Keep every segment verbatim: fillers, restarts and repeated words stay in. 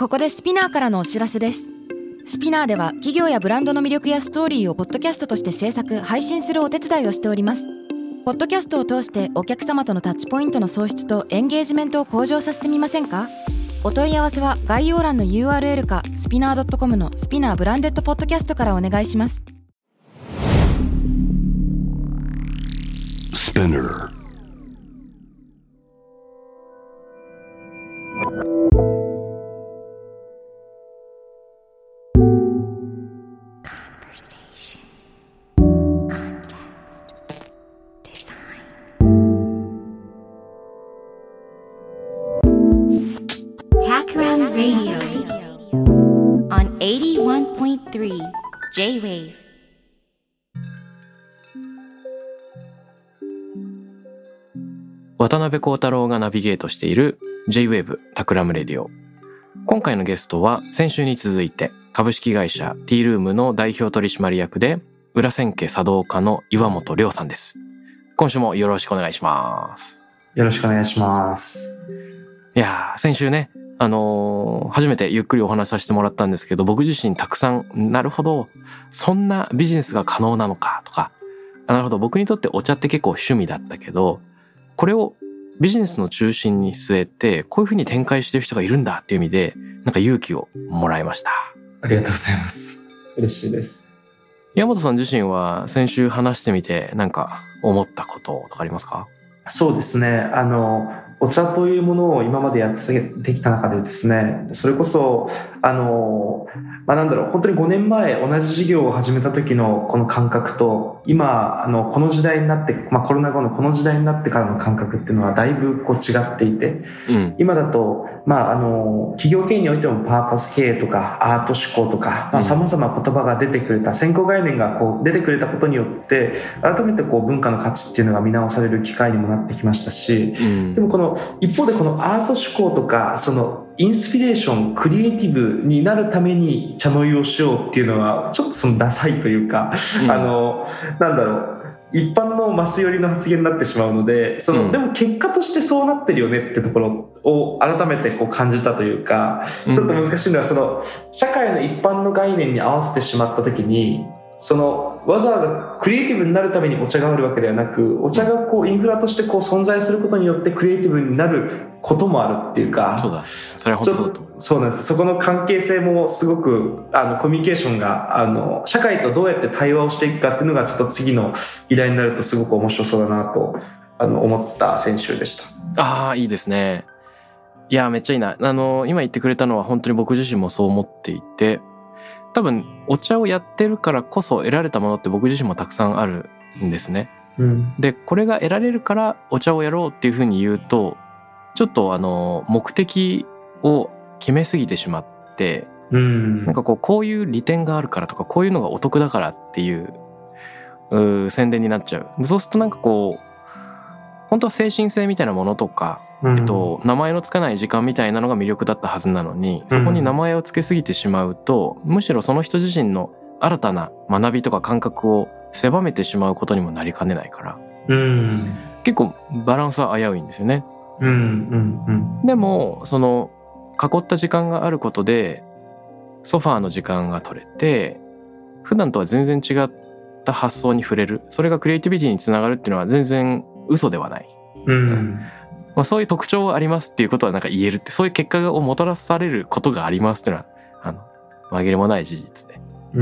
ここでスピナーからのお知らせです。スピナーでは企業やブランドの魅力やストーリーをポッドキャストとして制作・配信するお手伝いをしております。ポッドキャストを通してお客様とのタッチポイントの創出とエンゲージメントを向上させてみませんか？お問い合わせは概要欄の ユーアールエル かスピナー ドットコム のスピナーブランデッドポッドキャストからお願いします。スピナー Radio on エイティワンポイントスリー J-Wave。 渡辺幸太郎がナビゲートしている J-Wave タクラムレディオ。今回のゲストは先週に続いて株式会社 T ルームの代表取締役で裏千家茶道家の岩本亮さんです。今週もよろしくお願いします。 よろしくお願いします。 いやー、先週ねあのー、初めてゆっくりお話しさせてもらったんですけど、僕自身たくさんなるほどそんなビジネスが可能なのかとか、なるほど僕にとってお茶って結構趣味だったけど、これをビジネスの中心に据えてこういう風に展開してる人がいるんだっていう意味でなんか勇気をもらいました。 ありがとうございます。嬉しいです。 山本さん自身は先週話してみてなんか思ったこととかありますか？ そうですね、あのお茶というものを今までやってきた中でですね、それこそあの、まあ、なんだろう、本当にごねんまえ同じ事業を始めた時のこの感覚と今あのこの時代になって、まあ、コロナ後のこの時代になってからの感覚っていうのはだいぶこう違っていて、うん、今だと、まあ、あの企業経営においてもパーパス経営とかアート思考とかさまざ、ま言葉が出てくれた、先行概念がこう出てくれたことによって改めてこう文化の価値っていうのが見直される機会にもなってきましたし、うん、でもこの一方でこのアート思考とかそのインスピレーションクリエイティブになるために茶の湯をしようっていうのはちょっとそのダサいというか、うん、あのなんだろう、一般のマス寄りの発言になってしまうので、その、うん、でも結果としてそうなってるよねってところを改めてこう感じたというか、ちょっと難しいのはその社会の一般の概念に合わせてしまった時に、そのわざわざクリエイティブになるためにお茶があるわけではなく、お茶がこうインフラとしてこう存在することによってクリエイティブになることもあるっていうか、 そうだ、それは本当そうと思います。 そうなんです。そこの関係性もすごくあのコミュニケーションがあの社会とどうやって対話をしていくかっていうのがちょっと次の議題になるとすごく面白そうだなとあの思った先週でした。 ああ、いいですね。いやめっちゃいいな。あの今言ってくれたのは本当に僕自身もそう思っていて、多分お茶をやってるからこそ得られたものって僕自身もたくさんあるんですね、うん、でこれが得られるからお茶をやろうっていうふうに言うとちょっとあの目的を決めすぎてしまって、うん、なんかこうこういう利点があるからとかこういうのがお得だからっていう、う宣伝になっちゃう。そうするとなんかこう本当は精神性みたいなものとか、うんえっと、名前のつかない時間みたいなのが魅力だったはずなのに、そこに名前をつけすぎてしまうと、むしろその人自身の新たな学びとか感覚を狭めてしまうことにもなりかねないから、うん、結構バランスは危ういんですよね、うんうんうん、でもその囲った時間があることでソファーの時間が取れて普段とは全然違った発想に触れる、それがクリエイティビティにつながるっていうのは全然嘘ではない、うんまあ、そういう特徴はありますっていうことはなんか言えるって、そういう結果をもたらされることがありますっていうのはあの紛れもない事実で、うん、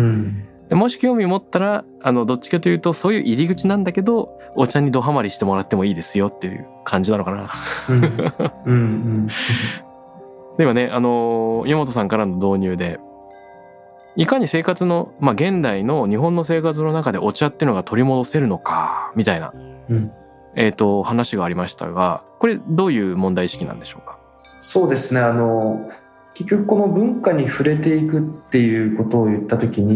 でもし興味持ったらあのどっちかというとそういう入り口なんだけどお茶にドハマりしてもらってもいいですよっていう感じなのかな、うんうんうん、ではね、あの山本さんからの導入でいかに生活の、まあ、現代の日本の生活の中でお茶っていうのが取り戻せるのかみたいな、うんえーと、話がありましたが、これどういう問題意識なんでしょうか？ そうですね、あの結局この文化に触れていくっていうことを言った時に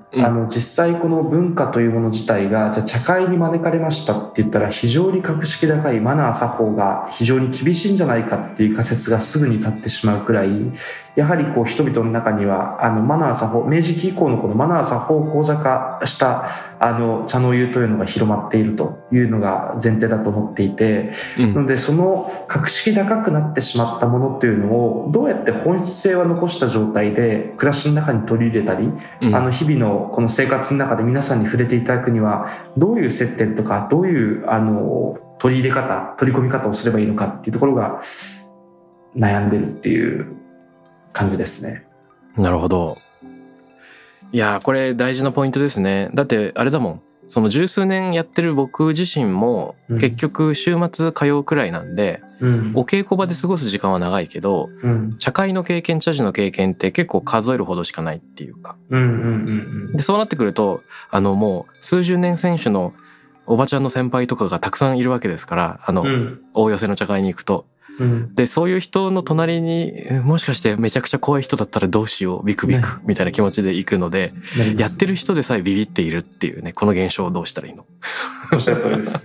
あの実際この文化というもの自体がじゃあ茶会に招かれましたって言ったら非常に格式高いマナー作法が非常に厳しいんじゃないかっていう仮説がすぐに立ってしまうくらい、やはりこう人々の中にはあのマナー作法、明治期以降のこのマナー作法を講座化したあの茶の湯というのが広まっているというのが前提だと思っていて、うん、なのでその格式高くなってしまったものっていうのをどうやって本質性は残した状態で暮らしの中に取り入れたり、うん、あの日々のこの生活の中で皆さんに触れていただくにはどういう接点とかどういうあの取り入れ方取り込み方をすればいいのかっていうところが悩んでるっていう感じですね。 なるほど。いやこれ大事なポイントですね。だってあれだもん、その十数年やってる僕自身も結局週末通うくらいなんで、うん、お稽古場で過ごす時間は長いけど、うん、茶会の経験茶事の経験って結構数えるほどしかないっていうか、うんうんうんうん、でそうなってくるとあのもう数十年選手のおばちゃんの先輩とかがたくさんいるわけですから、あの、うん、大寄せの茶会に行くと、うん、でそういう人の隣にもしかしてめちゃくちゃ怖い人だったらどうしようビクビクみたいな気持ちで行くので、ね、やってる人でさえビビっているっていうね、この現象をどうしたらいいの？ おっしゃる通りです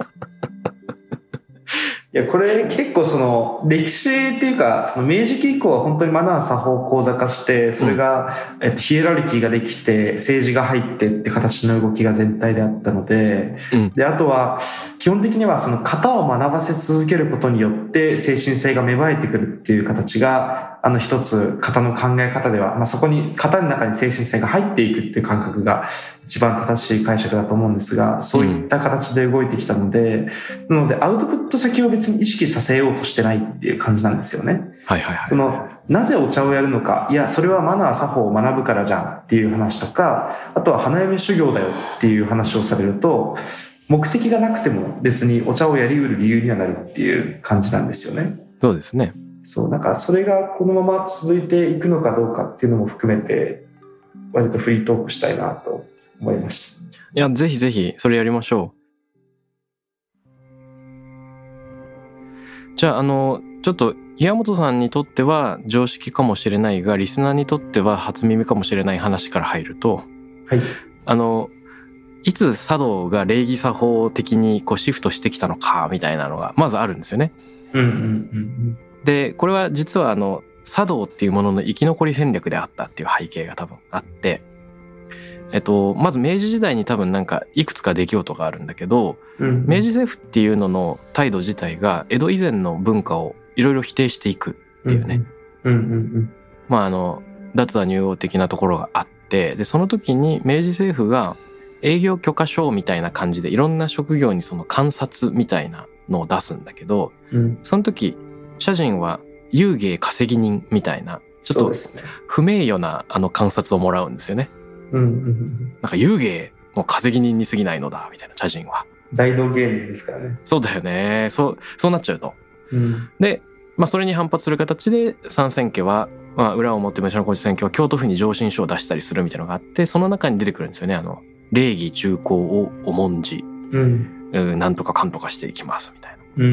いやこれ結構その歴史っていうかその明治期以降は本当にマナー作法講座化してそれが、うんえっと、ヒエラルキーができて政治が入ってって形の動きが全体であったので、うん、であとは基本的にはその型を学ばせ続けることによって精神性が芽生えてくるっていう形があの一つ型の考え方では、まあ、そこに型の中に精神性が入っていくっていう感覚が一番正しい解釈だと思うんですが、そういった形で動いてきたので、うん、なのでアウトプット先を別に意識させようとしてないっていう感じなんですよね。 はいはいはい。 そのなぜお茶をやるのか、いやそれはマナー作法を学ぶからじゃんっていう話とか、あとは花嫁修行だよっていう話をされると、目的がなくても別にお茶をやり得る理由にはなるっていう感じなんですよね。 そうですね。 そう、だからそれがこのまま続いていくのかどうかっていうのも含めて割とフリートークしたいなと思いました。 いやぜひぜひそれやりましょう。じゃああのちょっと岩本さんにとっては常識かもしれないがリスナーにとっては初耳かもしれない話から入ると、はい、あのいつ茶道が礼儀作法的にこうシフトしてきたのかみたいなのがまずあるんですよね。うんうんうんうん、でこれは実はあの茶道っていうものの生き残り戦略であったっていう背景が多分あって、えっと、まず明治時代に多分なんかいくつか出来事があるんだけど、うん、明治政府っていうのの態度自体が江戸以前の文化をいろいろ否定していくっていうね、うんうんうんうん、まああの脱亜入王的なところがあって、でその時に明治政府が営業許可証みたいな感じでいろんな職業にその鑑察みたいなのを出すんだけど、うん、その時社人は有芸稼ぎ人みたいなちょっと不名誉なあの鑑察をもらうんですよね。うんうん、なんか有芸の稼ぎ人に過ぎないのだみたいな、茶人は大道芸人ですからね。 そうだよね。そうそうなっちゃうと、うん、で、まあ、それに反発する形で三千家は、まあ、裏を持って武者小路千家は京都府に上申書を出したりするみたいなのがあって、その中に出てくるんですよね。あの礼儀忠孝を重んじ、うん、なんとかかんとかしていきますみたいな。うんうん、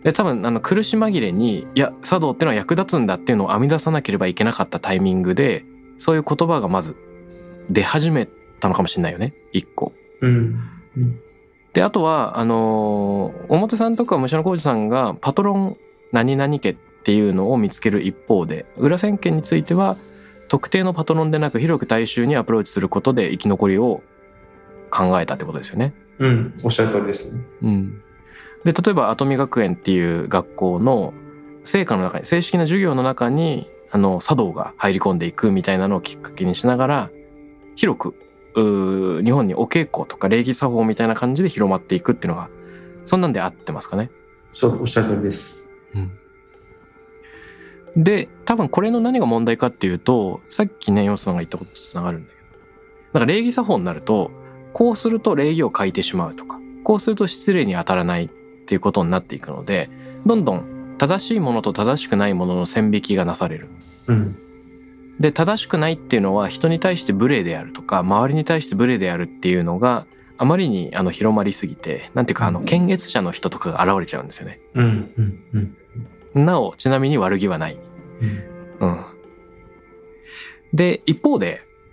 で多分あの苦し紛れにいや茶道ってのは役立つんだっていうのを編み出さなければいけなかったタイミングでそういう言葉がまず出始めたのかもしれないよね、一個、うんうん、であとはあのー、表さんとか武者小路さんがパトロン何々家っていうのを見つける一方で、裏千家については特定のパトロンでなく広く大衆にアプローチすることで生き残りを考えたってことですよね。 うん、おっしゃる通りですね。 うん。で例えば跡見学園っていう学校の生科の中に正式な授業の中にあの茶道が入り込んでいくみたいなのをきっかけにしながら広く日本にお稽古とか礼儀作法みたいな感じで広まっていくっていうのがそんなんで合ってますかね。 そうおっしゃる通りです。 うん、で多分これの何が問題かっていうと、さっきね岩本さんが言ったこととつながるんだけど、なんか礼儀作法になるとこうすると礼儀を欠いてしまうとか、こうすると失礼に当たらないっていうことになっていくので、どんどん正しいものと正しくないものの線引きがなされる、うん、で正しくないっていうのは人に対して無礼であるとか周りに対して無礼であるっていうのがあまりにあの広まりすぎて、なんていうかあの検閲者の人とかが現れちゃうんですよね、うんうんうん、なおちなみに悪気はない、うんうん、で一方で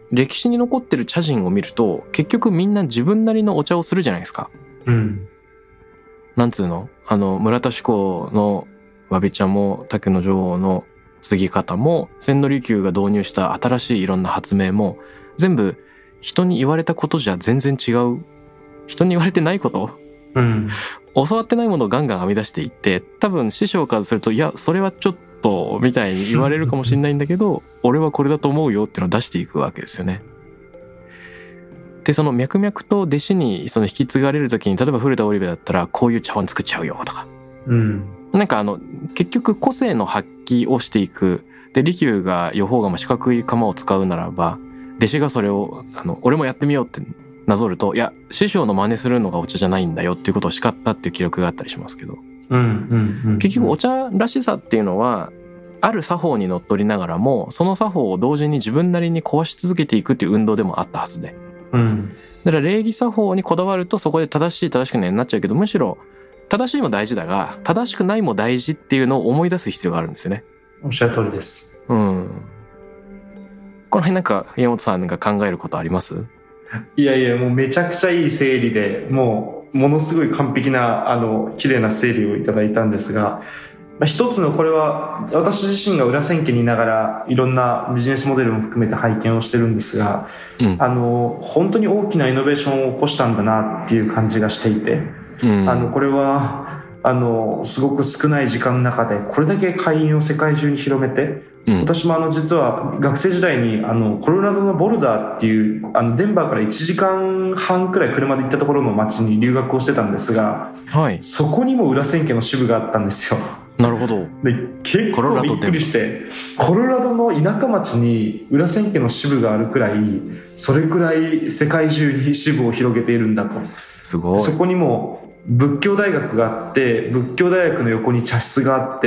歴史に残ってる茶人を見ると結局みんな自分なりのお茶をするじゃないですか。 うん。 なんつうの、あの村田志功のわび茶も竹の女王の継ぎ方も千利休が導入した新しいいろんな発明も全部人に言われたことじゃ全然違う、人に言われてないこと、 うん、 教わってないものをガンガン編み出していって、多分師匠からするといやそれはちょっとみたいに言われるかもしれないんだけど俺はこれだと思うよっていうのを出していくわけですよね。でその脈々と弟子にその引き継がれる時に、例えば古田織部だったらこういう茶碗作っちゃうよとか、 うん、 なんかあの結局個性の発揮をしていく。で利休が予報釜四角い釜を使うならば弟子がそれをあの俺もやってみようってなぞると、いや師匠の真似するのがお茶じゃないんだよっていうことを叱ったっていう記録があったりしますけど、 うんうんうん、 結局お茶らしさっていうのはある作法にのっとりながらもその作法を同時に自分なりに壊し続けていくっていう運動でもあったはずで、 うん、 だから礼儀作法にこだわるとそこで正しい正しくないになっちゃうけど、むしろ正しいも大事だが正しくないも大事っていうのを思い出す必要があるんですよね。 おっしゃる通りです。 うん。この辺なんか家元さんが考えることあります？ いやいや、もうめちゃくちゃいい整理で、もうものすごい完璧なあの綺麗な整理をいただいたんですが、まあ、一つのこれは私自身が裏千家にいながらいろんなビジネスモデルも含めて拝見をしてるんですが、うん、あの本当に大きなイノベーションを起こしたんだなっていう感じがしていて、うん、あのこれはあのすごく少ない時間の中でこれだけ会員を世界中に広めて、うん、私もあの実は学生時代にあのコロラドのボルダーっていうあのデンバーからいちじかんはんくらい車で行ったところの町に留学をしてたんですが、はい、そこにも裏千家の支部があったんですよ。 なるほど。 で結構びっくりしてコロラドの田舎町に裏千家の支部があるくらい、それくらい世界中に支部を広げているんだと。 すごい。 そこにも仏教大学があって仏教大学の横に茶室があって、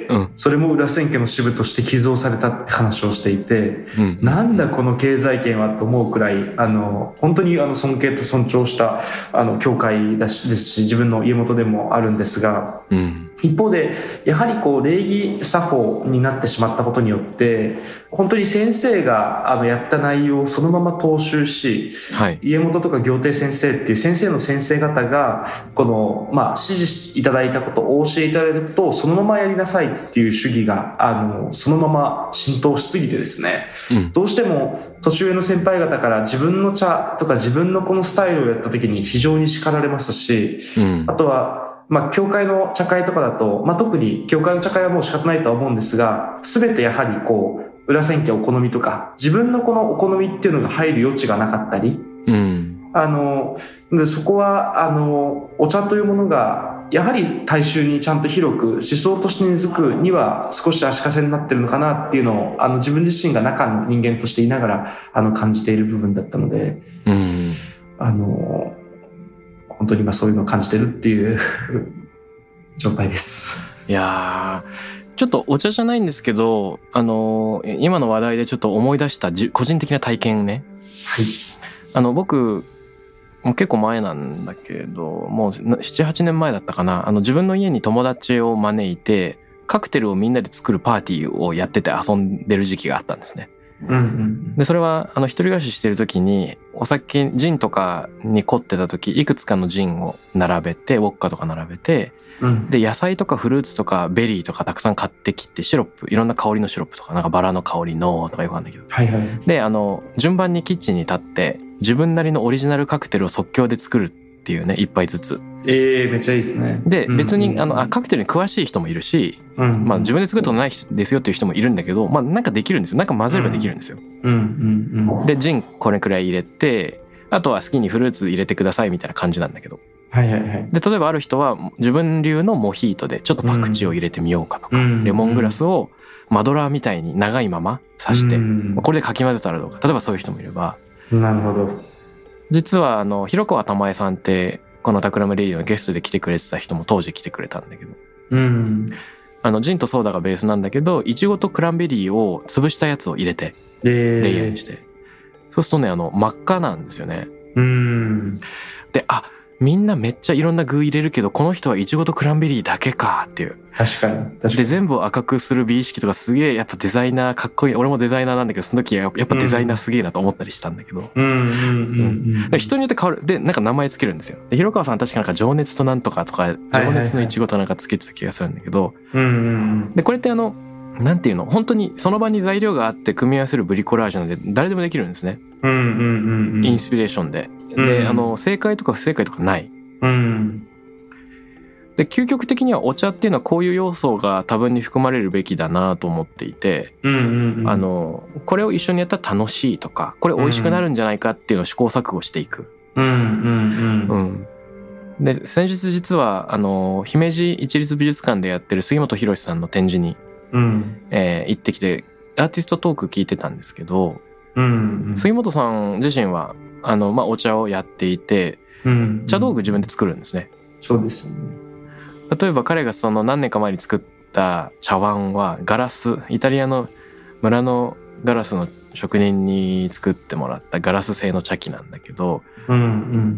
うん、それも裏千家の支部として寄贈されたって話をしていて、うん、なんだこの経済圏はと思うくらいあの本当にあの尊敬と尊重したあの教会だしですし、自分の家元でもあるんですが、うん、一方でやはりこう礼儀作法になってしまったことによって本当に先生があのやった内容をそのまま踏襲し、はい、家元とか行程先生っていう先生の先生方がこのまあ、指示いただいたことお教えいただいたことをそのままやりなさいっていう主義があのそのまま浸透しすぎてですね、うん、どうしても年上の先輩方から自分の茶とか自分のこのスタイルをやった時に非常に叱られますし、うん、あとはまあ、教会の茶会とかだと、まあ、特に教会の茶会はもう仕方ないとは思うんですが、全てやはりこう裏千家お好みとか自分のこのお好みっていうのが入る余地がなかったり、うんあのでそこはあのお茶というものがやはり大衆にちゃんと広く思想として根付くには少し足かせになってるのかなっていうのをあの自分自身が中の人間としていながらあの感じている部分だったので、うん、あの本当に今そういうのを感じてるっていう状態です。 いやーちょっとお茶じゃないんですけど、あの今の話題でちょっと思い出した個人的な体験ね。はい。あの僕もう結構前なんだけど、もうななはちねんまえだったかな。あの自分の家に友達を招いてカクテルをみんなで作るパーティーをやってて遊んでる時期があったんですね。うんうん、でそれはあの一人暮らししてる時にお酒ジンとかに凝ってた時いくつかのジンを並べてウォッカとか並べて、うん、で野菜とかフルーツとかベリーとかたくさん買ってきてシロップいろんな香りのシロップとかなんかバラの香りのとかよくあるんだけど、はいはい、であの順番にキッチンに立って自分なりのオリジナルカクテルを即興で作るっていうね一杯ずつ。 ええー、めっちゃいいですね。 で、うん、別にあのあカクテルに詳しい人もいるし、うん、まあ自分で作ることないですよっていう人もいるんだけど、まあなんかできるんですよ。なんか混ぜればできるんですよ。うんうんうん、でジンこれくらい入れて、あとは好きにフルーツ入れてくださいみたいな感じなんだけど。はいはいはい。で例えばある人は自分流のモヒートでちょっとパクチーを入れてみようかとか、うん、レモングラスをマドラーみたいに長いまま刺して、うん、これでかき混ぜたらどうか。例えばそういう人もいれば。 なるほど。 実はあの広川玉江さんってこのタクラムレディオのゲストで来てくれてた人も当時来てくれたんだけど、うん、あのジンとソーダがベースなんだけどイチゴとクランベリーを潰したやつを入れてレイヤーにして、そうするとねあの真っ赤なんですよね。うんであみんなめっちゃいろんな具入れるけどこの人はイチゴとクランベリーだけかっていう。 確かに確かに。 で全部を赤くする美意識とかすげえやっぱデザイナーかっこいい。俺もデザイナーなんだけどその時はやっぱデザイナーすげえなと思ったりしたんだけど、 うんうんうんうん、 人によって変わる。でなんか名前つけるんですよ。で広川さん確かなんか情熱となんとかとか情熱のイチゴとなんかつけてた気がするんだけど、 うんうんうん、でこれってあのなんていうの本当にその場に材料があって組み合わせるブリコラージュなので誰でもできるんですね、 うんうんうんうん、 インスピレーションで、うん、であの正解とか不正解とかない、 うん、 で究極的にはお茶っていうのはこういう要素が多分に含まれるべきだなと思っていて、 うんうんうん、 あのこれを一緒にやったら楽しいとかこれ美味しくなるんじゃないかっていうのを試行錯誤していく、 うんうんうんうん、で先日実はあの姫路市立美術館でやってる杉本博さんの展示にうんえー、行ってきてアーティストトーク聞いてたんですけど、 うんうん、 杉本さん自身はあの、まあ、お茶をやっていて、 うんうん、 茶道具自分で作るんですね。 そうですよね。 例えば彼がその何年か前に作った茶碗はガラス、イタリアの村のガラスの職人に作ってもらったガラス製の茶器なんだけど、 うんうん、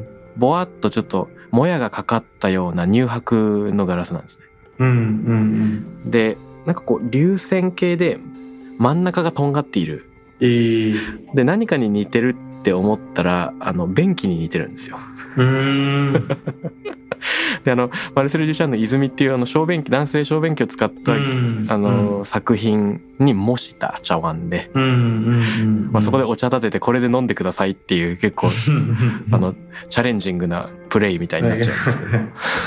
ぼわっとちょっともやがかかったような乳白のガラスなんですね、 うんうんうん、 でなんかこう流線形で真ん中がとんがっている、 えー、 で何かに似てるって思ったらあの便器に似てるんですよ。 うーんであのマルセル・デュシャンの泉っていうあの小便器男性小便器を使った、 うんあの、 うん、 作品に模した茶碗で、 うんうんうんまあ、そこでお茶立ててこれで飲んでくださいっていう結構あのチャレンジングなプレイみたいになっちゃうんですけど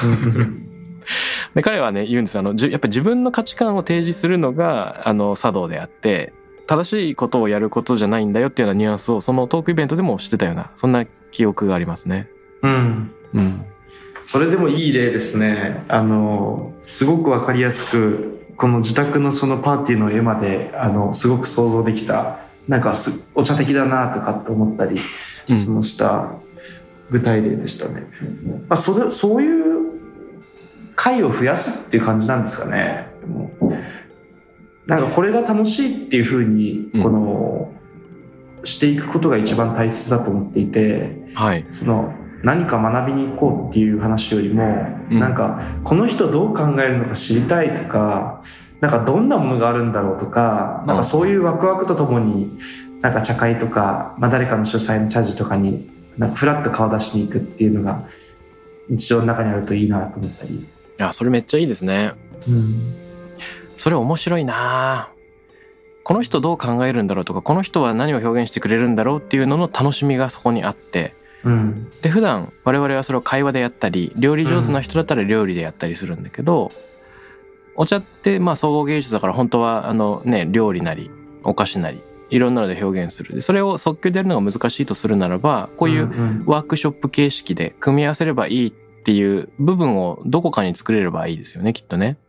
で彼はね言うんです。あのやっぱ自分の価値観を提示するのがあの茶道であって正しいことをやることじゃないんだよっていうようなニュアンスをそのトークイベントでもしてたようなそんな記憶がありますね。 うんうん。 それでもいい例ですね。あのすごくわかりやすくこの自宅のそのパーティーの絵まであのすごく想像できたなんかすお茶的だなとかって思ったりしました具体例でしたね。まあ、それそういう回を増やすっていう感じなんですかね。なんかこれが楽しいっていう風にこの、うん、していくことが一番大切だと思っていて、 はい、 その何か学びに行こうっていう話よりも、うん、なんかこの人どう考えるのか知りたいとか、なんかどんなものがあるんだろうとか、なんかそういうワクワクとともになんか茶会とか、まあ、誰かの主催の茶事とかになんかフラッと顔出しに行くっていうのが日常の中にあるといいなと思ったり。 いやそれめっちゃいいですね、 うん、 それ面白いな。この人どう考えるんだろうとかこの人は何を表現してくれるんだろうっていうのの楽しみがそこにあって、 うん、 で普段我々はそれを会話でやったり料理上手な人だったら料理でやったりするんだけど、うん、お茶ってまあ総合芸術だから本当はあのね料理なりお菓子なりいろんなので表現する。でそれを即興でやるのが難しいとするならばこういうワークショップ形式で組み合わせればいいっていう部分をどこかに作れればいいですよねきっとね。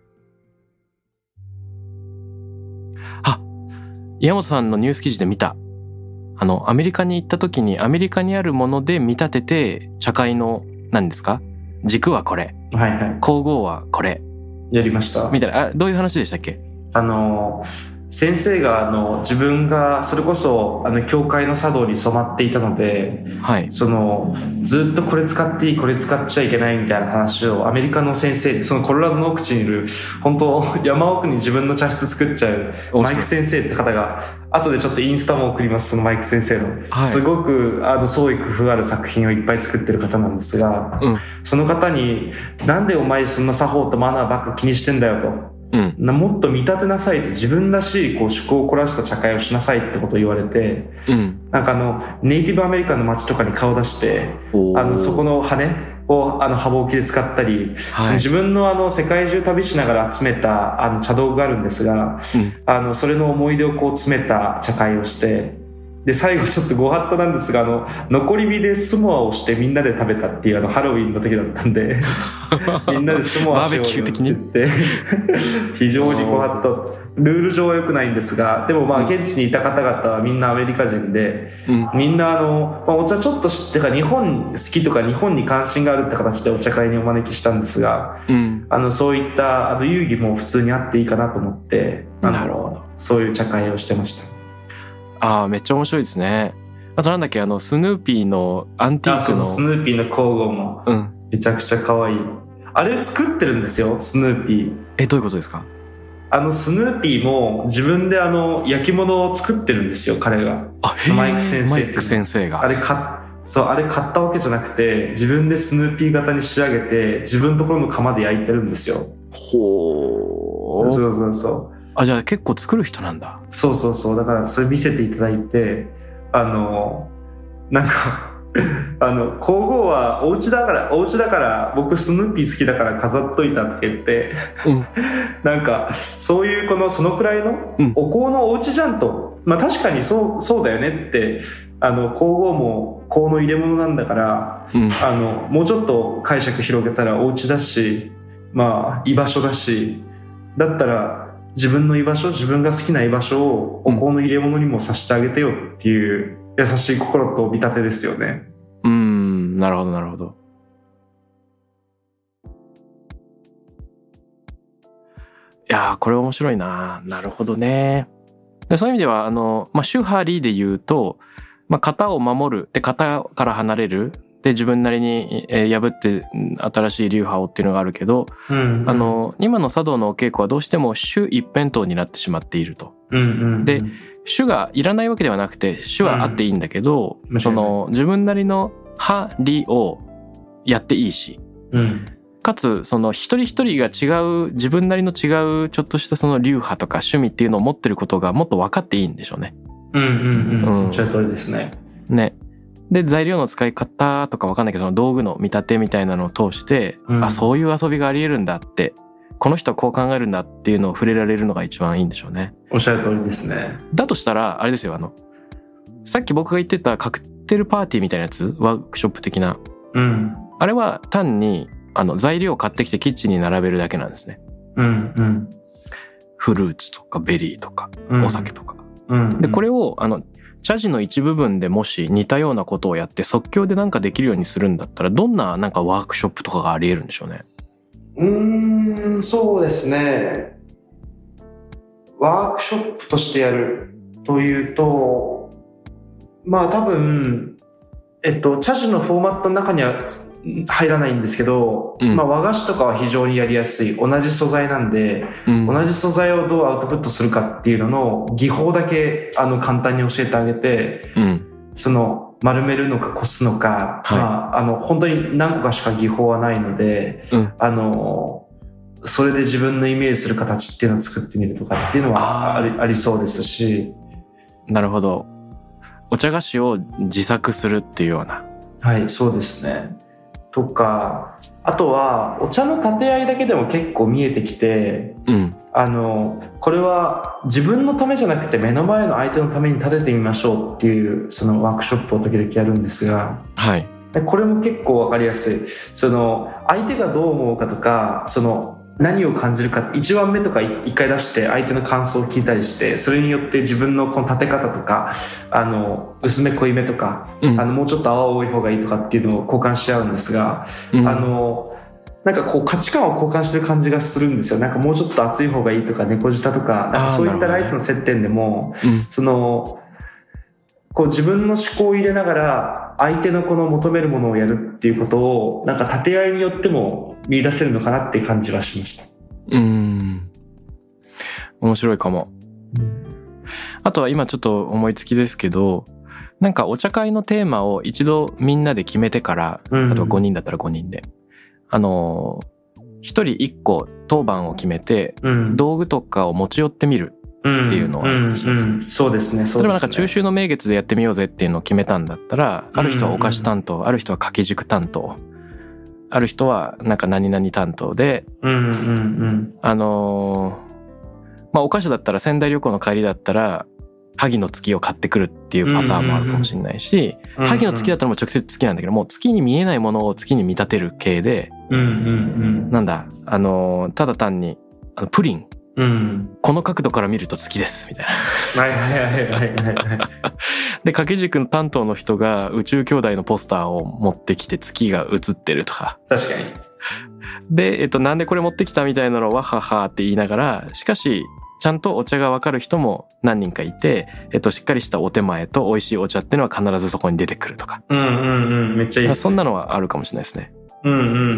あ、岩本さんのニュース記事で見た。あのアメリカに行った時にアメリカにあるもので見立てて茶会の何ですか軸はこれ、 はいはい、 香合はこれやりましたみたいな。あどういう話でしたっけ？ あの先生があの自分がそれこそあの教会の茶道に染まっていたので、 はい、 そのずっとこれ使っていいこれ使っちゃいけないみたいな話をアメリカの先生、そのコロラドの奥地にいる本当山奥に自分の茶室作っちゃうマイク先生って方が後でちょっとインスタも送ります。そのマイク先生の、はい、すごくあの創意工夫ある作品をいっぱい作ってる方なんですが、うん、その方になんでお前そんな作法とマナーばっか気にしてんだよと、うん、もっと見立てなさいと、自分らしいこう趣向を凝らした茶会をしなさいってことを言われて、うん、なんかあのネイティブアメリカンの街とかに顔出してあのそこの羽をあの羽ぼうきで使ったり、はい、その自分のあの世界中旅しながら集めたあの茶道具があるんですが、うん、あのそれの思い出をこう詰めた茶会をして、で最後ちょっとご法度なんですがあの残り火でスモアをしてみんなで食べたっていうあのハロウィンの時だったんでみんなでスモアしようって言って非常にご法度、ルール上は良くないんですが、でもまあ現地にいた方々はみんなアメリカ人で、うん、みんなあの、まあ、お茶ちょっと知ってか日本好きとか日本に関心があるって形でお茶会にお招きしたんですが、うん、あのそういったあの遊戯も普通にあっていいかなと思ってあのなるほど、 そういう茶会をしてました。 ああめっちゃ面白いですね。 あとなんだっけ、あのスヌーピーのアンティークの、 あ、そうそう、スヌーピーの交互もめちゃくちゃ可愛い、うん、あれ作ってるんですよ、スヌーピー。 え、どういうことですか？ あのスヌーピーも自分であの焼き物を作ってるんですよ、彼が。 あ、 マイク先生マイク先生が。 あれかそう、あれ買ったわけじゃなくて、自分でスヌーピー型に仕上げて自分のところの窯で焼いてるんですよ。 ほー。 そうそうそう。 あ、じゃあ結構作る人なんだ。 そうそうそう。だからそれ見せていただいて、あのなんかあの皇后はお家だからお家だから僕スヌーピー好きだから飾っといたって言って、うん、なんかそういうこのそのくらいのお香のお家じゃんと、まあ確かにそうそうだよねって、あの皇后も香の入れ物なんだから、うん、あのもうちょっと解釈広げたらお家だし、まあ居場所だし、だったら自分の居場所、自分が好きな居場所をお香の入れ物にもさせてあげてよっていう優しい心と見立てですよね。 うーん、なるほどなるほど。いやー、これ面白いな。なるほどね。でそういう意味ではあの、まあ、シュハリで言うと、まあ、型を守る、で型から離れる、で自分なりに破って新しい流派をっていうのがあるけど、うんうん、あの今の茶道のお稽古はどうしても種一辺倒になってしまっていると、うんうんうん、で種がいらないわけではなくて種はあっていいんだけど、うん、その自分なりの派理をやっていいし、うん、かつその一人一人が違う自分なりの違うちょっとしたその流派とか趣味っていうのを持ってることがもっと分かっていいんでしょうね。 うんうんうん、おっしゃる通りですね。 ね。で材料の使い方とか分かんないけど、その道具の見立てみたいなのを通して、うん、あ、そういう遊びがあり得るんだって、この人はこう考えるんだっていうのを触れられるのが一番いいんでしょうね。 おっしゃる通りですね。 だとしたらあれですよ、あのさっき僕が言ってたカクテルパーティーみたいなやつ、ワークショップ的な、うん、あれは単にあの材料を買ってきてキッチンに並べるだけなんですね。うんうん、フルーツとかベリーとかお酒とか、うんうん、でこれをあの茶事の一部分でもし似たようなことをやって即興でなんかできるようにするんだったら、どんななんかワークショップとかがあり得るんでしょうね。 うーん、そうですね。ワークショップとしてやるというと、まあ多分、えっと、茶事のフォーマットの中には入らないんですけど、うん、まあ和菓子とかは非常にやりやすい。同じ素材なんで、うん、同じ素材をどうアウトプットするかっていうのの技法だけあの簡単に教えてあげて、うん、その丸めるのかこすのか、はい、まあ、あの本当に何個かしか技法はないので、うん、あのそれで自分のイメージする形っていうのを作ってみるとかっていうのは あ, り, ありそうですし。 なるほど。お茶菓子を自作するっていうような。 はい、そうですね。とか、あとはお茶の立て合いだけでも結構見えてきて、うん、あのこれは自分のためじゃなくて目の前の相手のために立ててみましょうっていうそのワークショップを時々やるんですが、はい、これも結構わかりやすい。その相手がどう思うかとか、その何を感じるか、いちばんめとかいっかい出して相手の感想を聞いたりして、それによって自分のこの立て方とか、あの薄め濃いめとか、うん、あのもうちょっと泡多い方がいいとかっていうのを交換し合うんですが、うん、あのなんかこう価値観を交換してる感じがするんですよ。なんかもうちょっと熱い方がいいとか猫舌とか、なんかそういったライトの接点でも、うん、そのこう自分の思考を入れながら相手のこの求めるものをやるっていうことをなんか立て合いによっても見出せるのかなっていう感じはしました。 うーん、面白いかも。うん、あとは今ちょっと思いつきですけど、なんかお茶会のテーマを一度みんなで決めてから、うん、あとはごにんだったらごにんで、あのひとりいっこ当番を決めて、うん、道具とかを持ち寄ってみるっていうのは、うんうんうん、 そうですね。 例えばなんか中秋の名月でやってみようぜっていうのを決めたんだったら、ある人はお菓子担当、ある人は掛け軸担当、ある人はなんか何々担当で、うんうんうん、あのー、まあお菓子だったら仙台旅行の帰りだったら萩の月を買ってくるっていうパターンもあるかもしれないし、うんうんうん、萩の月だったらもう直接月なんだけど、もう月に見えないものを月に見立てる系で、うんうんうん、なんだ、あのー、ただ単にあのプリン、うん、この角度から見ると月ですみたいな。はいはいはいはいはい。で掛け軸の担当の人が宇宙兄弟のポスターを持ってきて月が映ってるとか。 確かに。 で、えっと、なんでこれ持ってきたみたいなのをわははって言いながら、しかしちゃんとお茶が分かる人も何人かいて、えっと、しっかりしたお手前と美味しいお茶っていうのは必ずそこに出てくるとか。 うんうんうん。めっちゃいいですね。 そんなのはあるかもしれないですね。 うんうんうん。うん。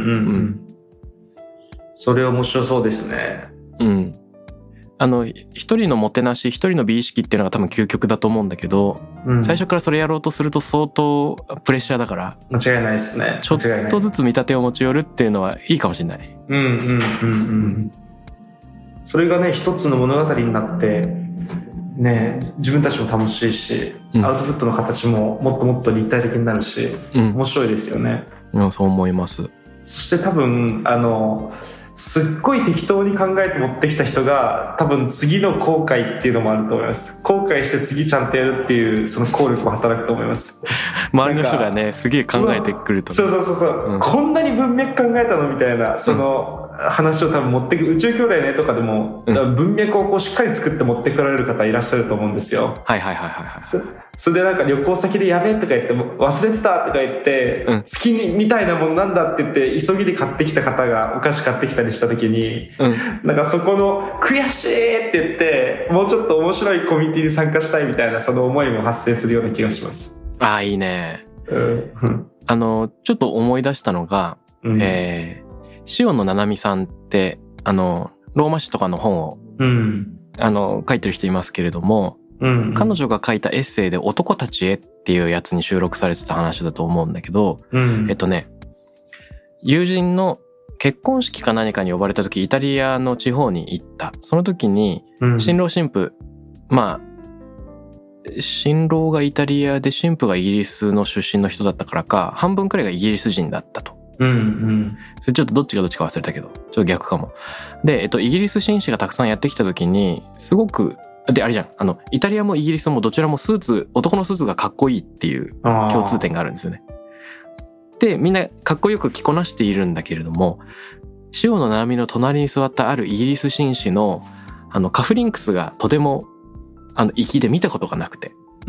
それ面白そうですね。 うん。あの、一人のもてなし、一人の美意識っていうのが多分究極だと思うんだけど、うん、最初からそれやろうとすると相当プレッシャーだから。 間違いないですね。 ちょっとずつ見立てを持ち寄るっていうのはいいかもしれない。 うんうんうんうん。うん、それがね、一つの物語になって、ね、自分たちも楽しいし、うん、アウトプットの形ももっともっと立体的になるし、うん、面白いですよね。 うん、そう思います。 そして多分、あの、すっごい適当に考えて持ってきた人が多分次の後悔っていうのもあると思います。後悔して次ちゃんとやるっていうその効力も働くと思います。 周りの人がねすげえ考えてくると、 そうそうそうそう、うん、こんなに文脈考えたのみたいなその話を多分持ってく、宇宙兄弟ねとかでも、うん、文脈をこうしっかり作って持ってこられる方いらっしゃると思うんですよ。 はいはいはいはい、はい、 そ, それでなんか旅行先でやべえとか言って忘れてたとか言って、うん、月にみたいなもんなんだって言って急ぎで買ってきた方がお菓子買ってきたりした時に、うん、なんかそこの悔しいって言ってもうちょっと面白いコミュニティに参加したいみたいなその思いも発生するような気がします。 ああいいね、 うん、 あのちょっと思い出したのが、うん、えー塩野七海さんってあのローマ史とかの本を、うん、あの書いてる人いますけれども、うんうん、彼女が書いたエッセイで男たちへっていうやつに収録されてた話だと思うんだけど、うん、えっとね友人の結婚式か何かに呼ばれた時イタリアの地方に行った。その時に新郎新婦、うん、まあ新郎がイタリアで新婦がイギリスの出身の人だったからか半分くらいがイギリス人だったと。 うんうん、 それちょっとどっちがどっちか忘れたけどちょっと逆かも。で、えっと、イギリス紳士がたくさんやってきた時にすごくであれじゃんあのイタリアもイギリスもどちらもスーツ男のスーツがかっこいいっていう共通点があるんですよね。でみんなかっこよく着こなしているんだけれども塩野七海の隣に座ったあるイギリス紳士のあのカフリンクスがとてもあの粋で見たことがなくて、うん、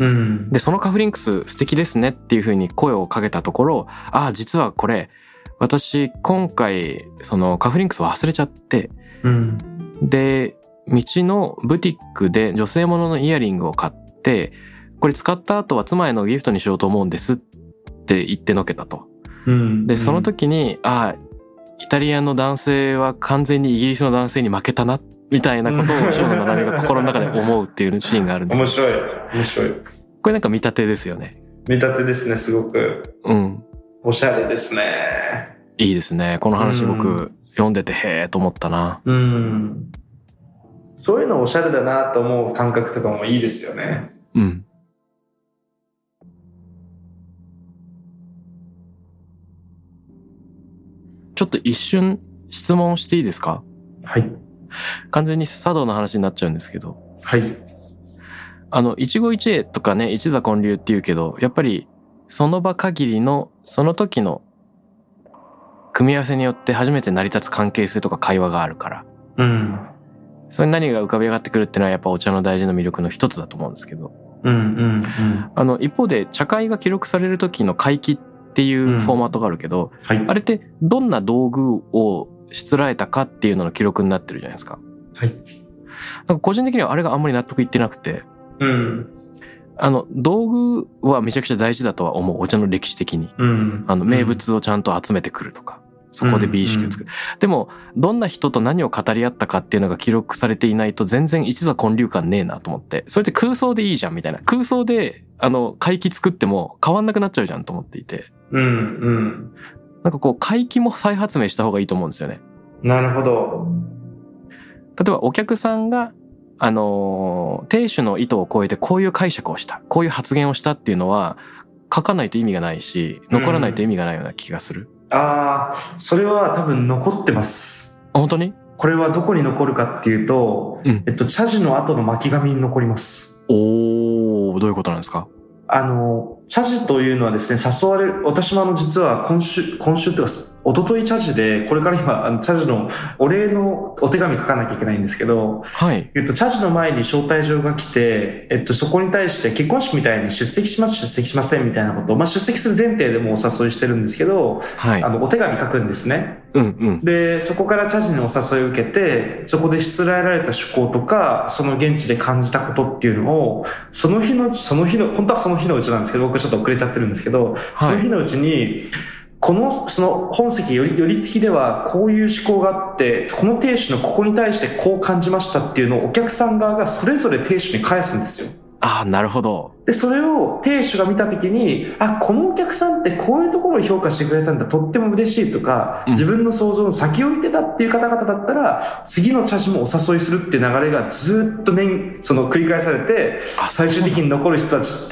でそのカフリンクス素敵ですねっていう風に声をかけたところああ実はこれ私今回そのカフリンクス忘れちゃって、うん、で道のブティックで女性もののイヤリングを買ってこれ使った後は妻へのギフトにしようと思うんですって言ってのけたと、うん、でその時にああイタリアの男性は完全にイギリスの男性に負けたなみたいなことを塩野七海が心の中で思うっていうシーンがあるんで面白い面白い。 これなんか見立てですよね。 見立てですねすごく。 うんおしゃれですね。 いいですね。この話僕、うん、読んでてへーと思ったな。 うん。そういうのおしゃれだなと思う感覚とかもいいですよね。 うん。ちょっと一瞬質問していいですか？ はい。 完全に茶道の話になっちゃうんですけど。 はい。 あの、一期一会とかね、一座建立っていうけど、やっぱりその場限りのその時の組み合わせによって初めて成り立つ関係性とか会話があるから。 うん。 それに何が浮かび上がってくるっていうのはやっぱお茶の大事な魅力の一つだと思うんですけど。 うんうんうん。 あの、一方で茶会が記録される時の会期っていうフォーマットがあるけど、うんはい、あれってどんな道具をしつらえたかっていうのの記録になってるじゃないですか。 はい。 なんか個人的にはあれがあんまり納得いってなくて。 うん。 あの、道具はめちゃくちゃ大事だとは思う。お茶の歴史的に。うん、あの、名物をちゃんと集めてくるとか。そこで美意識を作る、うんうん。でも、どんな人と何を語り合ったかっていうのが記録されていないと全然一座建立感ねえなと思って。それって空想でいいじゃんみたいな。空想で、あの、会期作っても変わんなくなっちゃうじゃんと思っていて。 うんうん。 なんかこう、会期も再発明した方がいいと思うんですよね。 なるほど。 例えばお客さんが、あのー、亭主の意図を超えてこういう解釈をした、こういう発言をしたっていうのは書かないと意味がないし、残らないと意味がないような気がする。 うん、ああ、それは多分残ってます。 本当に？ これはどこに残るかっていうと、うん、えっと、茶事の後の巻紙に残ります。 おー、どういうことなんですか？ あの、茶事というのはですね、誘われる、私もあの実は今週、今週というか、 一昨日茶事で、これから今、あの茶事のお礼のお手紙書かなきゃいけないんですけど、 はい。 えっと、茶事の前に招待状が来て、えっと、そこに対して結婚式みたいに出席します、出席しませんみたいなことを、まあ、出席する前提でもお誘いしてるんですけど、 はい。 あの、お手紙書くんですね。 うんうん。 で、そこから茶事にお誘いを受けて、そこでしつらえられた趣向とか、その現地で感じたことっていうのを、その日の、その日の、本当はその日のうちなんですけど、僕ちょっと遅れちゃってるんですけど、 はい、 その日のうちに、この、その本籍より、より付きではこういう思考があって、この亭主のここに対してこう感じましたっていうのをお客さん側がそれぞれ亭主に返すんですよ。 ああ、なるほど。 で、それを亭主が見たときに、あ、このお客さんってこういうところを評価してくれたんだ、とっても嬉しいとか、 うん、 自分の想像の先を見てたっていう方々だったら、次の茶事もお誘いするっていう流れがずっと年、その繰り返されて、最終的に残る人たちって、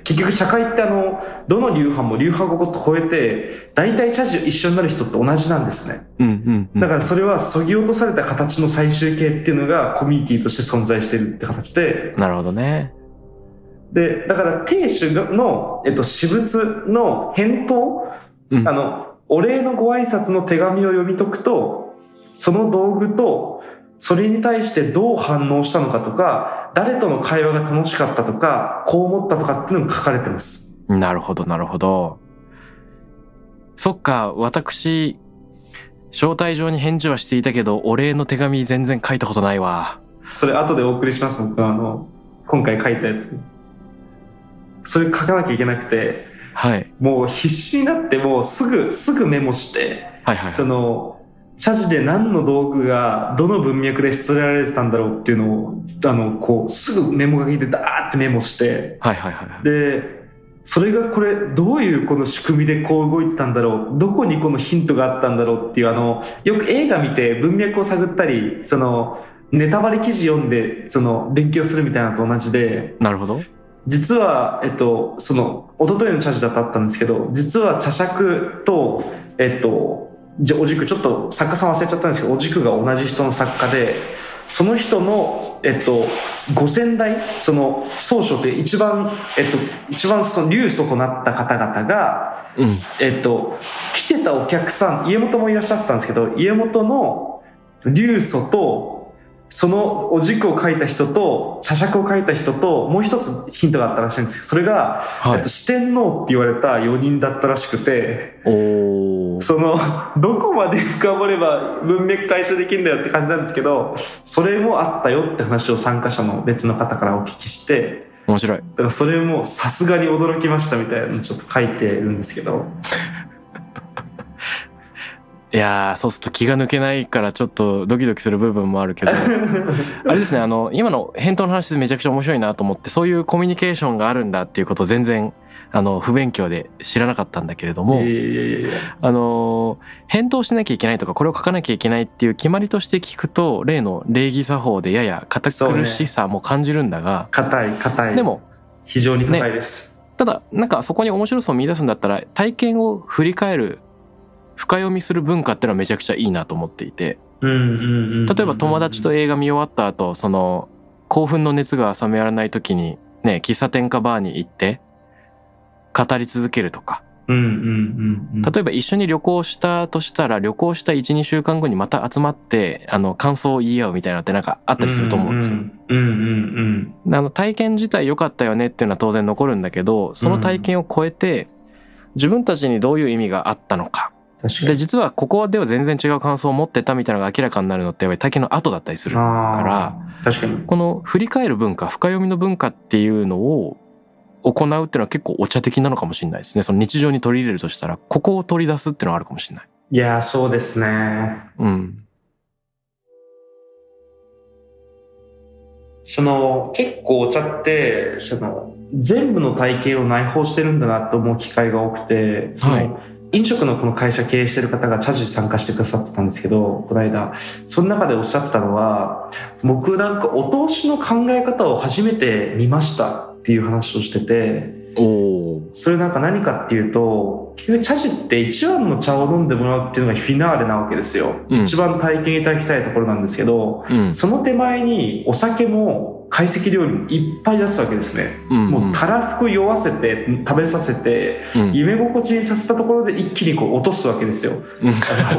結局社会ってあの、どの流派も流派ごと超えて、大体茶事一緒になる人って同じなんですね。 うんうんうん、 だからそれは削ぎ落とされた形の最終形っていうのがコミュニティとして存在してるって形で。 なるほどね。 で、だから亭主の、えっと、私物の返答、うん、あの、お礼のご挨拶の手紙を読み解くと、その道具と、それに対してどう反応したのかとか、誰との会話が楽しかったとか、こう思ったとかっていうのが書かれてます。 なるほど、なるほど。そっか、私、招待状に返事はしていたけど、お礼の手紙全然書いたことないわ。 それ後でお送りします、僕はあの、今回書いたやつ。それ書かなきゃいけなくて、 はい、もう必死になってもうすぐすぐメモして、 はいはいはい、 その茶事で何の道具がどの文脈でしつらえられてたんだろうっていうのをあのこうすぐメモ書きでダーってメモして、 はいはいはい、 でそれがこれどういうこの仕組みでこう動いてたんだろう、どこにこのヒントがあったんだろうっていう、あのよく映画見て文脈を探ったり、そのネタバレ記事読んでその勉強するみたいなのと同じで。 なるほど。 実は、えっと、その、一昨日の茶事だったんですけど、実は茶杓と、えっと、じゃお軸、ちょっと作家さん忘れちゃったんですけど、お軸が同じ人の作家で、その人の、えっと、ご先代、その、宗匠って一番、えっと、一番その、流祖となった方々が、 うん、 えっと、来てたお客さん、家元もいらっしゃってたんですけど、家元の流祖と、そのお軸を書いた人と茶杓を書いた人ともう一つヒントがあったらしいんですけど、それが、はい、えっと、四天王って言われたよにんだったらしくて、 おそのどこまで深掘れば文脈解消できるんだよって感じなんですけど、それもあったよって話を参加者の別の方からお聞きして、 面白い。 だからそれもさすがに驚きましたみたいなのをちょっと書いてるんですけどいやー、そうすると気が抜けないからちょっとドキドキする部分もあるけどあれですね、あの今の返答の話めちゃくちゃ面白いなと思って、そういうコミュニケーションがあるんだっていうことを全然あの不勉強で知らなかったんだけれども、あの返答しなきゃいけないとかこれを書かなきゃいけないっていう決まりとして聞くと、例の礼儀作法でやや堅苦しさも感じるんだが、 硬い硬い、でも非常に硬いです、 ね、ただなんかそこに面白さを見出すんだったら、体験を振り返る深読みする文化ってのはめちゃくちゃいいなと思っていて、例えば友達と映画見終わった後、その興奮の熱が冷めやらない時にね、喫茶店かバーに行って語り続けるとか、例えば一緒に旅行したとしたら、旅行した いちにしゅうかんごにまた集まってあの感想を言い合うみたいなのってなんかあったりすると思うんですよ。あの体験自体良かったよねっていうのは当然残るんだけど、その体験を超えて自分たちにどういう意味があったのか、で実はここでは全然違う感想を持ってたみたいなのが明らかになるのってやっぱり体験の後だったりするから、 確かにこの振り返る文化、深読みの文化っていうのを行うっていうのは結構お茶的なのかもしれないですね。その日常に取り入れるとしたらここを取り出すっていうのがあるかもしれない。 いやー、そうですね。 うん。 その結構お茶ってその全部の体験を内包してるんだなと思う機会が多くて、はい、飲食のこの会社経営してる方が茶事参加してくださってたんですけど、この間その中でおっしゃってたのは、僕なんかお通しの考え方を初めて見ましたっていう話をしてて、 おそれなんか何かっていうと、結局茶事って一番の茶を飲んでもらうっていうのがフィナーレなわけですよ、うん、一番体験いただきたいところなんですけど、うん、その手前にお酒も懐石料理もいっぱい出すわけですね、うんうん、もうたらふく酔わせて食べさせて、うん、夢心地にさせたところで一気にこう落とすわけですよ、うん、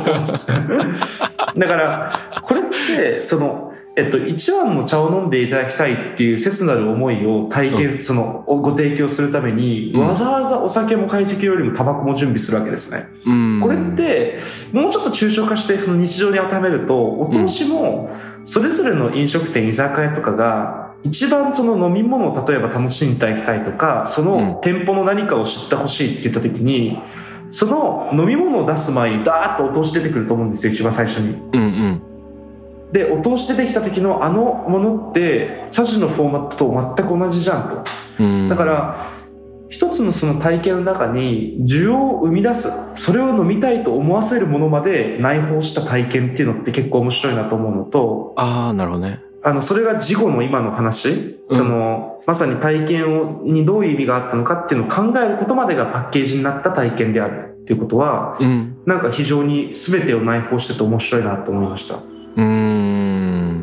だからこれってそのえっと、一碗の茶を飲んでいただきたいっていう切なる思いを体験、うん、そのご提供するために、うん、わざわざお酒も懐石よりもタバコも準備するわけですね、うん、これってもうちょっと抽象化してその日常に当てはめるとお通しもそれぞれの飲食店居酒屋とかが一番その飲み物を例えば楽しんでいただきたいとかその店舗の何かを知ってほしいって言った時にその飲み物を出す前にダーッとお通し出てくると思うんですよ一番最初に、うんうんでお通し出てきた時のあのものって茶事のフォーマットと全く同じじゃんと、うん、だから一つのその体験の中に需要を生み出すそれを飲みたいと思わせるものまで内包した体験っていうのって結構面白いなと思うのとああなるほどねあのそれが事後の今の話、うん、そのまさに体験をにどういう意味があったのかっていうのを考えることまでがパッケージになった体験であるっていうことは、うん、なんか非常に全てを内包してて面白いなと思いました。 うーん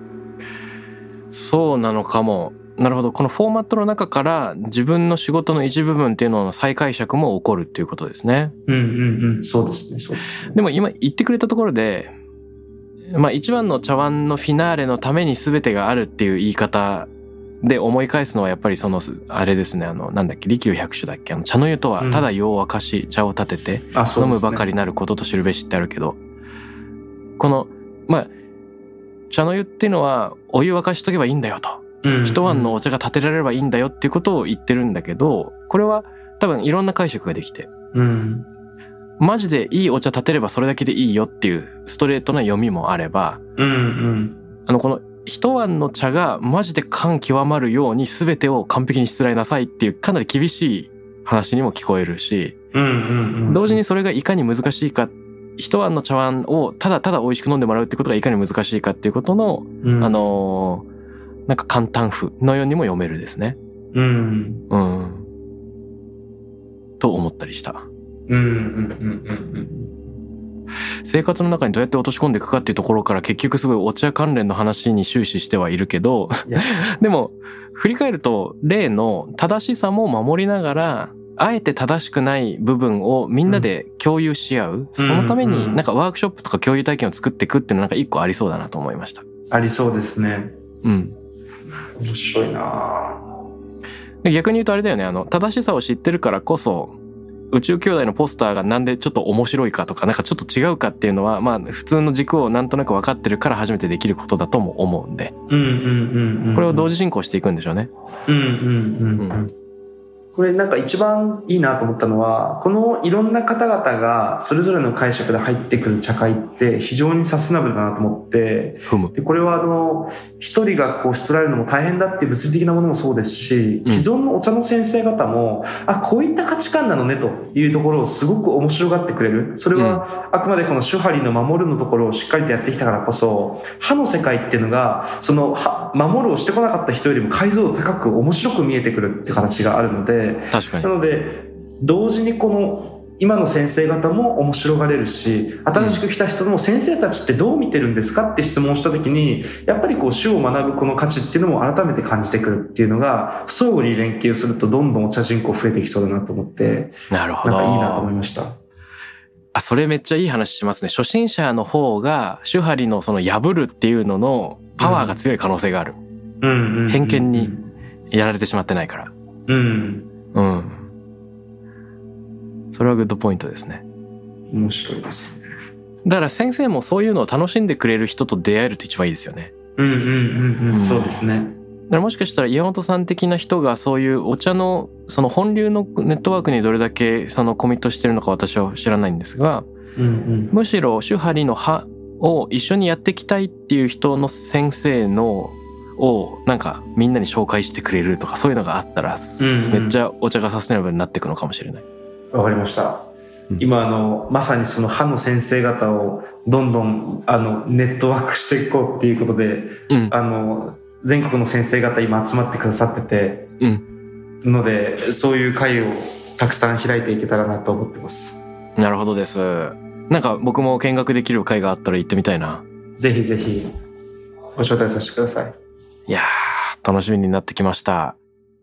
そうなのかも。なるほど。このフォーマットの中から自分の仕事の一部分っていうのの再解釈も起こるっていうことですね。 うんうんうん。そうですね。そうですね。 でも今言ってくれたところで、まあ一番の茶碗のフィナーレのために全てがあるっていう言い方で思い返すのはやっぱりそのあれですね。あのなんだっけ利休百種だっけあの茶の湯とはただ湯を沸かし茶を立てて飲むばかりなることと知るべしってあるけど、このまあ、茶の湯っていうのはお湯沸かしとけばいいんだよと、うん、一碗のお茶が立てられればいいんだよっていうことを言ってるんだけどこれは多分いろんな解釈ができて、うん、マジでいいお茶立てればそれだけでいいよっていうストレートな読みもあれば、うんうん、あのこの一碗の茶がマジで感極まるように全てを完璧にしつらいなさいっていうかなり厳しい話にも聞こえるし、うんうんうん、同時にそれがいかに難しいか一碗の茶碗をただただ美味しく飲んでもらうってことがいかに難しいかっていうことの、うん、あのー、なんか簡単譜のようにも読めるですね。うん。うん。と思ったりした。うんうんうんうん。生活の中にどうやって落とし込んでいくかっていうところから結局すごいお茶関連の話に終始してはいるけど、でも振り返ると例の正しさも守りながらあえて正しくない部分をみんなで共有し合う、うん、そのためになんかワークショップとか共有体験を作っていくっていうのはなんか一個ありそうだなと思いました。 ありそうですね。うん。面白いな。 逆に言うとあれだよね、あの正しさを知ってるからこそ宇宙兄弟のポスターがなんでちょっと面白いかとかなんかちょっと違うかっていうのはまあ普通の軸をなんとなく分かってるから初めてできることだとも思うんで、うんうんうんうん、これを同時進行していくんでしょうね。うんうんうんうん。うんこれなんか一番いいなと思ったのはこのいろんな方々がそれぞれの解釈で入ってくる茶会って非常にサステナブルだなと思ってでこれはあの一人がこうしつらえるのも大変だっていう物理的なものもそうですし既存のお茶の先生方も、うん、あこういった価値観なのねというところをすごく面白がってくれる。それはあくまでこの手張りの守るのところをしっかりとやってきたからこそ歯の世界っていうのがその守るをしてこなかった人よりも解像度高く面白く見えてくるっていう形があるので確かに。 なので同時にこの今の先生方も面白がれるし新しく来た人も先生たちってどう見てるんですかって質問をした時にやっぱりこう種を学ぶこの価値っていうのも改めて感じてくるっていうのが相互に連携するとどんどんお茶人口増えてきそうだなと思ってなるほどなんかいいなと思いました。 あそれめっちゃいい話しますね。初心者の方が手張りのその破るっていうののパワーが強い可能性がある、うんうんうんうん、偏見にやられてしまってないからうんうん。それはグッドポイントですね。 面白いです。 だから先生もそういうのを楽しんでくれる人と出会えると一番いいですよね。 うんうんうんうん、うん、そうですね。 だからもしかしたら岩本さん的な人がそういうお茶のその本流のネットワークにどれだけそのコミットしてるのか私は知らないんですが、うんうん、むしろ手張りの歯を一緒にやっていきたいっていう人の先生のをなんかみんなに紹介してくれるとかそういうのがあったら、うんうん、めっちゃお茶がサステナブルになっていくのかもしれない。 わかりました、うん、今あのまさにその歯の先生方をどんどんあのネットワークしていこうっていうことで、うん、あの全国の先生方今集まってくださってて、うん、のでそういう会をたくさん開いていけたらなと思ってます。 なるほどです。なんか僕も見学できる会があったら行ってみたいな。 ぜひぜひご招待させてください。 いや楽しみになってきました。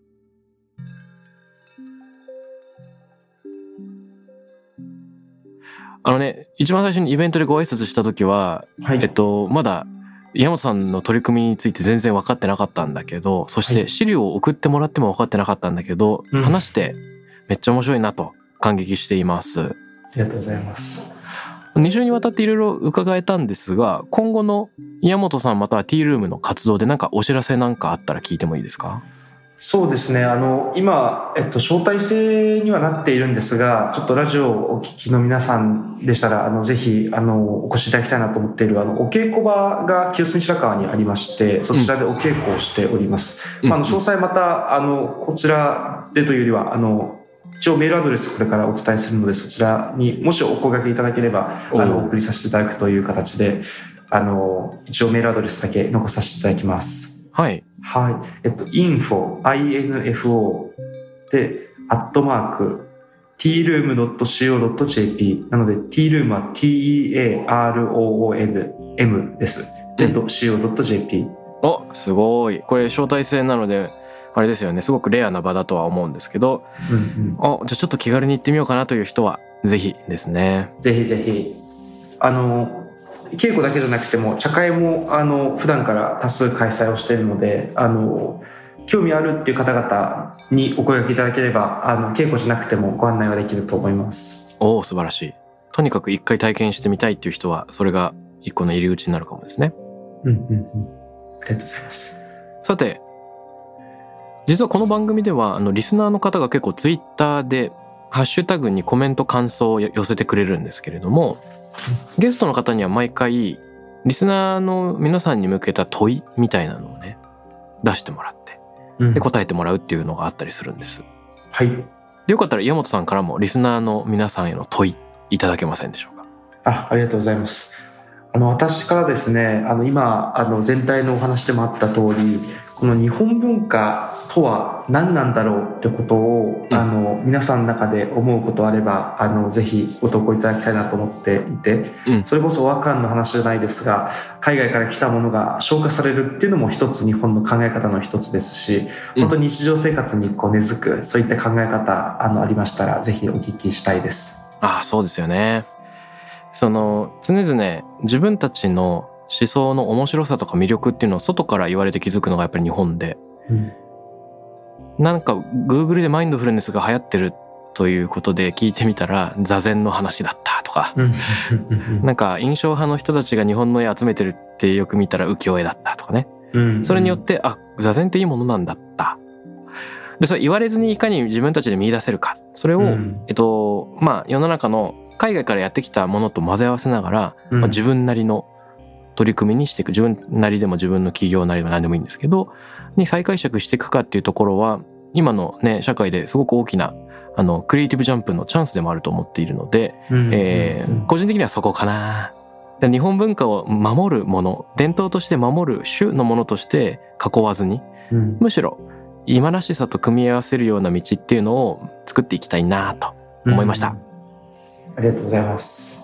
あのね、一番最初にイベントでご挨拶した時は、はい、えっと、まだ岩本さんの取り組みについて全然分かってなかったんだけど、そして資料を送ってもらっても分かってなかったんだけど、はい、話してめっちゃ面白いなと感激しています。ありがとうございます。 に週にわたっていろいろ伺えたんですが、今後の岩本さんまたはティールームの活動で何かお知らせなんかあったら聞いてもいいですか？ そうですね。あの、今、えっと、招待制にはなっているんですが、ちょっとラジオをお聞きの皆さんでしたら、あの、ぜひ、あの、お越しいただきたいなと思っている、あの、お稽古場が清澄白河にありまして、そちらでお稽古をしております。うん、まあ、あの、詳細また、あの、こちらでというよりは、あの、一応メールアドレスこれからお伝えするので、そちらにもしお声掛けいただければ、あの、お送りさせていただくという形で、あの、一応メールアドレスだけ残させていただきます。 はい。 はい。えっと、info、アイエヌエフオー で、アットマーク、ティールームドットシーオードットジェーピー なので、ティールームは ティーエーアールオーオーエヌエム です。で、うん、シーオードットジェーピー。 お、すごい。これ招待制なので、あれですよね。すごくレアな場だとは思うんですけど、うんうん、あ、じゃあちょっと気軽に行ってみようかなという人は、ぜひですね。 ぜひぜひ。あの、稽古だけじゃなくても茶会もあの普段から多数開催をしているので、あの興味あるっていう方々にお声掛けいただければ、あの稽古しなくてもご案内はできると思います。 おお、素晴らしい。とにかく一回体験してみたいっていう人はそれが一個の入り口になるかもですね。 うんうんうん。ありがとうございます。 さて、実はこの番組ではあのリスナーの方が結構ツイッターでハッシュタグにコメント感想を寄せてくれるんですけれども、ゲストの方には毎回リスナーの皆さんに向けた問いみたいなのをね出してもらって、うん、で答えてもらうっていうのがあったりするんです。 はい。 でよかったら岩本さんからもリスナーの皆さんへの問いいただけませんでしょうか？ あ、ありがとうございます。あの私からですね、あの今あの全体のお話でもあった通り、この日本文化とは何なんだろうってことを、うん、あの皆さんの中で思うことあれば、あのぜひご投稿いただきたいなと思っていて、うん、それこそ和漢の話じゃないですが、海外から来たものが消化されるっていうのも一つ日本の考え方の一つですし、うん、本当に日常生活にこう根付くそういった考え方あのありましたらぜひお聞きしたいです。 ああ、そうですよね。その常々自分たちの思想の面白さとか魅力っていうのを外から言われて気づくのがやっぱり日本で、うん、なんか Google でマインドフルネスが流行ってるということで聞いてみたら座禅の話だったとかなんか印象派の人たちが日本の絵集めてるってよく見たら浮世絵だったとかね、うんうん、それによってあ、座禅っていいものなんだった。でそれ言われずにいかに自分たちで見出せるか、それを、うん、えっとまあ世の中の海外からやってきたものと混ぜ合わせながら、うんまあ、自分なりの取り組みにしていく、自分なりでも自分の企業なりでも何でもいいんですけどに再解釈していくかっていうところは今のね社会ですごく大きなあのクリエイティブジャンプのチャンスでもあると思っているので、うんえー、個人的にはそこかな。で日本文化を守るもの、伝統として守る種のものとして囲わずに、うん、むしろ今らしさと組み合わせるような道っていうのを作っていきたいなと思いました、うん、 ありがとうございます。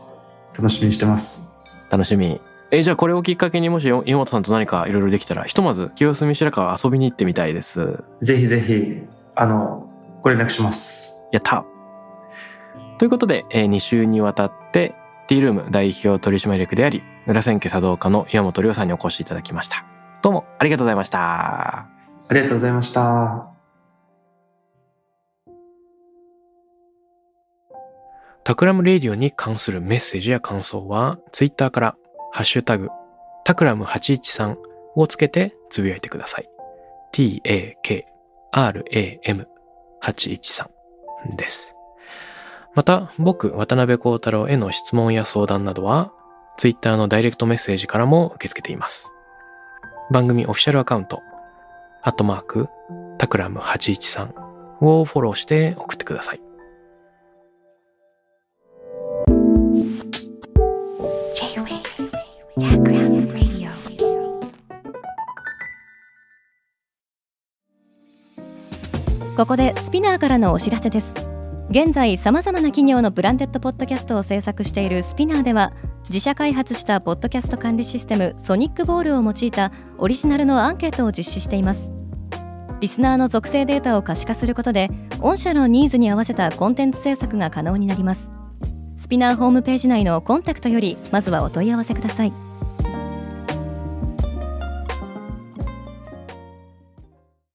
楽しみにしてます。 楽しみ。えじゃあこれをきっかけにもし岩本さんと何かいろいろできたらひとまず清澄白河遊びに行ってみたいです。 ぜひぜひあのご連絡します。 やった。ということで、えー、に週にわたってティールーム代表取締役であり裏千家茶道家の岩本亮さんにお越しいただきました。どうもありがとうございました。 ありがとうございました。 タクラムレディオに関するメッセージや感想はツイッターからハッシュタグタクラムはちいちさんをつけてつぶやいてください。 ティーエーケーアールエーエムはちいちさん です。また僕渡辺幸太郎への質問や相談などはツイッターのダイレクトメッセージからも受け付けています。番組オフィシャルアカウントアットマークタクラムはちいちさんをフォローして送ってください。 ここでスピナーからのお知らせです。現在さまざまな企業のブランデッドポッドキャストを制作しているスピナーでは自社開発したポッドキャスト管理システムソニックボールを用いたオリジナルのアンケートを実施しています。 リスナーの属性データを可視化することで御社のニーズに合わせたコンテンツ制作が可能になります。スピナーホームページ内のコンタクトよりまずはお問い合わせください。